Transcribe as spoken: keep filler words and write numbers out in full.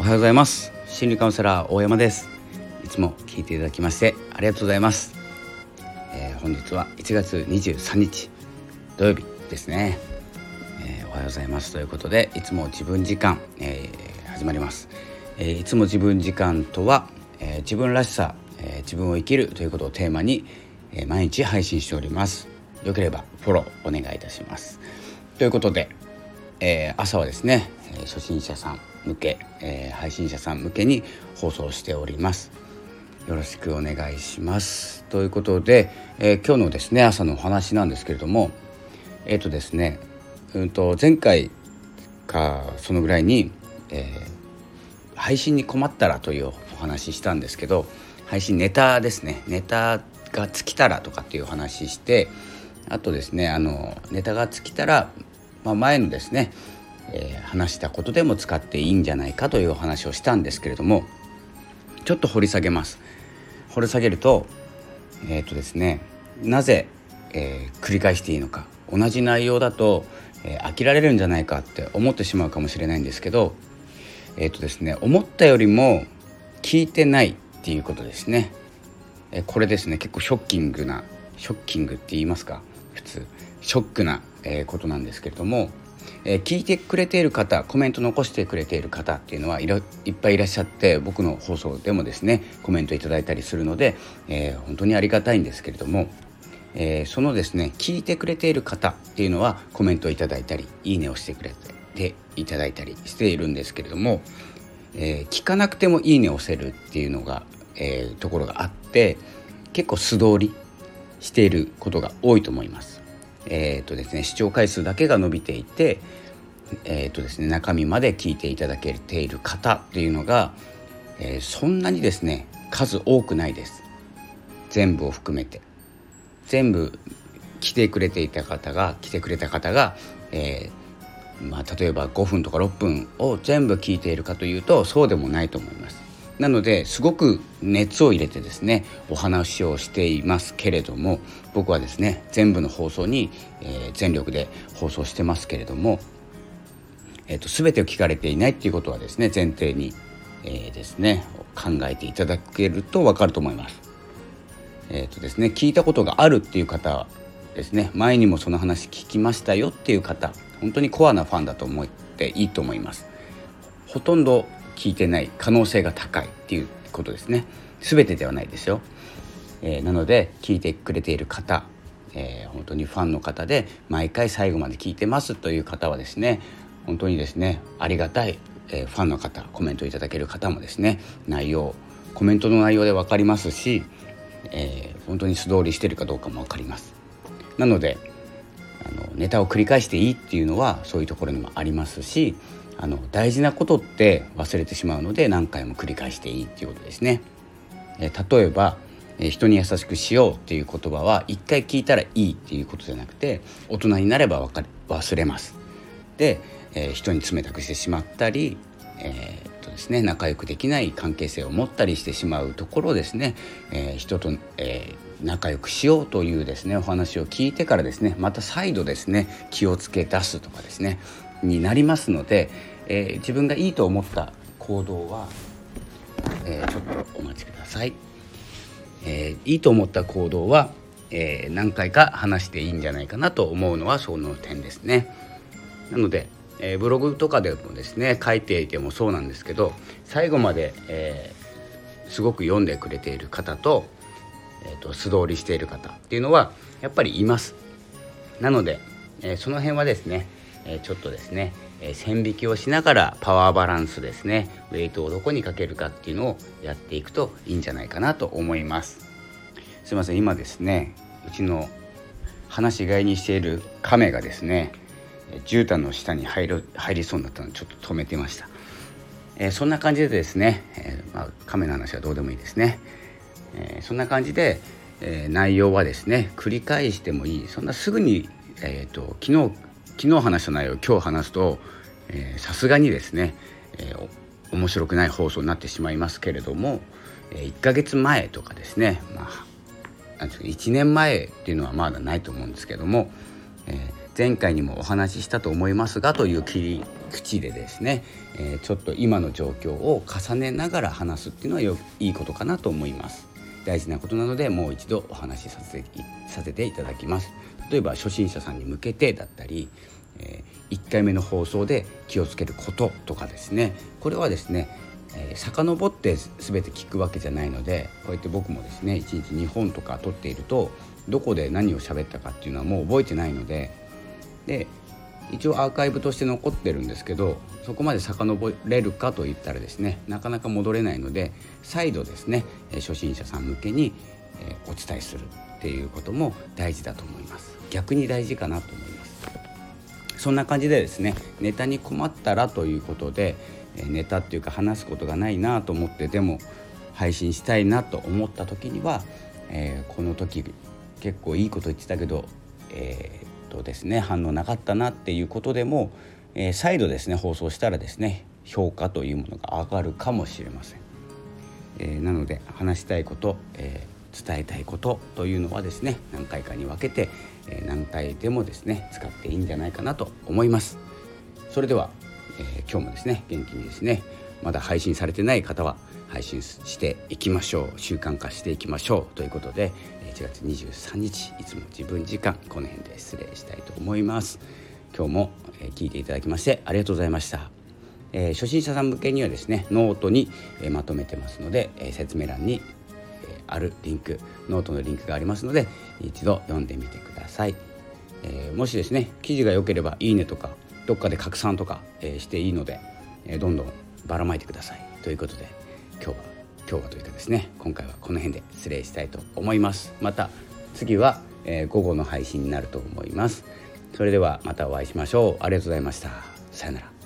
はようございます。心理カウンセラー大山です。いつも聞いていただきましてありがとうございます。えー、本日はいちがつにじゅうさんにち土曜日ですね。えー、おはようございますということで、いつも自分時間、えー、始まります。えー、いつも自分時間とは、えー、自分らしさ、えー、自分を生きるということをテーマに、えー、毎日配信しております。よければフォローお願いいたします。ということで、えー、朝はですね、初心者さん向け、えー、配信者さん向けに放送しております。よろしくお願いします。ということで、えー、今日のですね朝のお話なんですけれども、えっ、ー、とですね、うんと前回かそのぐらいに、えー、配信に困ったらというお話したんですけど、配信ネタですね、ネタが尽きたらとかっていうお話して、あとですね、あのネタが尽きたら、まあ、前のですねえー、話したことでも使っていいんじゃないかというお話をしたんですけれども、ちょっと掘り下げます掘り下げると、えーとですね、なぜ、えー、繰り返していいのか、同じ内容だと、えー、飽きられるんじゃないかって思ってしまうかもしれないんですけど、えーとですね、思ったよりも聞いてないっていうことですね。えー、これですね、結構ショッキングなショッキングって言いますか、普通ショックな、えー、ことなんですけれども、えー、聞いてくれている方、コメント残してくれている方っていうのはいろいっぱいいらっしゃって、僕の放送でもですねコメントいただいたりするので、えー、本当にありがたいんですけれども、えー、そのですね聞いてくれている方っていうのはコメントいただいたりいいねをしてくれていただいたりしているんですけれども、えー、聞かなくてもいいねを押せるっていうのが、えー、ところがあって、結構素通りしていることが多いと思います。えーとですね、視聴回数だけが伸びていて、えーとですね、中身まで聞いていただけている方っていうのが、えー、そんなにですね数多くないです。全部を含めて全部来てくれていた方が来てくれた方が、えーまあ、例えばごふんとかろっぷんを全部聞いているかというとそうでもないと思います。なのですごく熱を入れてですねお話をしていますけれども、僕はですね全部の放送に、えー、全力で放送してますけれども、えーと、全てを聞かれていないっていうことはですね前提に、えー、ですね考えていただけると分かると思います。えーとですね、聞いたことがあるっていう方ですね、前にもその話聞きましたよっていう方、本当にコアなファンだと思っていいと思います。ほとんど聞いてない可能性が高いっていうことですね。全てではないですよ。えー、なので聞いてくれている方、えー、本当にファンの方で毎回最後まで聞いてますという方はですね、本当にですねありがたい、えー、ファンの方、コメントいただける方もですね、内容コメントの内容で分かりますし、えー、本当に素通りしているかどうかも分かります。なのであのネタを繰り返していいっていうのはそういうところにもありますし、あの大事なことって忘れてしまうので何回も繰り返していいっていうことですね。えー、例えば、えー、人に優しくしようっていう言葉は一回聞いたらいいっていうことじゃなくて、大人になればわかる忘れます。で、えー、人に冷たくしてしまったり、えーっとですね、仲良くできない関係性を持ったりしてしまうところですね、えー、人と、えー、仲良くしようというですねお話を聞いてからですね、また再度ですね気をつけ出すとかですねになりますので、えー、自分がいいと思った行動は、えー、ちょっとお待ちください。えー、いいと思った行動は、えー、何回か話していいんじゃないかなと思うのはその点ですね。なので、えー、ブログとかでもですね書いていてもそうなんですけど、最後まで、えー、すごく読んでくれている方と、えーと、素通りしている方っていうのはやっぱりいます。なので、えー、その辺はですね、えー、ちょっとですね、えー、線引きをしながらパワーバランスですね、ウェイトをどこにかけるかっていうのをやっていくといいんじゃないかなと思います。すいません、今ですねうちの話し飼いにしている亀がですね絨毯の下に入る入りそうになったのでちょっと止めてました。えー、そんな感じでですね、えーまあ、亀の話はどうでもいいですね。えー、そんな感じで、えー、内容はですね繰り返してもいい。そんなすぐに、えーと、昨日昨日話した内容を今日話すとさすがにですね、えー、面白くない放送になってしまいますけれども、えー、いっかげつまえとかですね、まあ、なんですかいちねんまえっていうのはまだないと思うんですけども、えー前回にもお話ししたと思いますがという切り口でですね、えー、ちょっと今の状況を重ねながら話すっていうのはよいいことかなと思います。大事なことなのでもう一度お話しさせて、させていただきます。例えば初心者さんに向けてだったり、えー、いっかいめの放送で気をつけることとかですね、これはですね、えー、遡って全て聞くわけじゃないので、こうやって僕もですねいちにちにほんとか撮っているとどこで何を喋ったかっていうのはもう覚えてないので、で一応アーカイブとして残ってるんですけど、そこまで遡れるかといったらですねなかなか戻れないので、再度ですね初心者さん向けにお伝えするっていうことも大事だと思います。逆に大事かなと思います。そんな感じでですね、ネタに困ったらということで、ネタっていうか話すことがないなと思ってでも配信したいなと思った時には、えー、この時結構いいこと言ってたけど、えーとですね、反応なかったなっていうことでも、えー、再度ですね放送したらですね評価というものが上がるかもしれません。えー、なので話したいこと、えー、伝えたいことというのはですね何回かに分けて、えー、何回でもですね使っていいんじゃないかなと思います。それでは、えー、今日もですね元気にですね、まだ配信されてない方は配信していきましょう。習慣化していきましょうということで、いちがつにじゅうさんにちいつも自分時間、この辺で失礼したいと思います。今日も聞いていただきましてありがとうございました。えー、初心者さん向けにはですねノートに、えー、まとめてますので、えー、説明欄に、えー、あるリンク、ノートのリンクがありますので一度読んでみてください。えー、もしですね記事が良ければいいねとかどっかで拡散とか、えー、していいので、えー、どんどんばらまいてくださいということで、今日は今日はというかですね今回はこの辺で失礼したいと思います。また次は、えー、午後の配信になると思います。それではまたお会いしましょう。ありがとうございました。さよなら。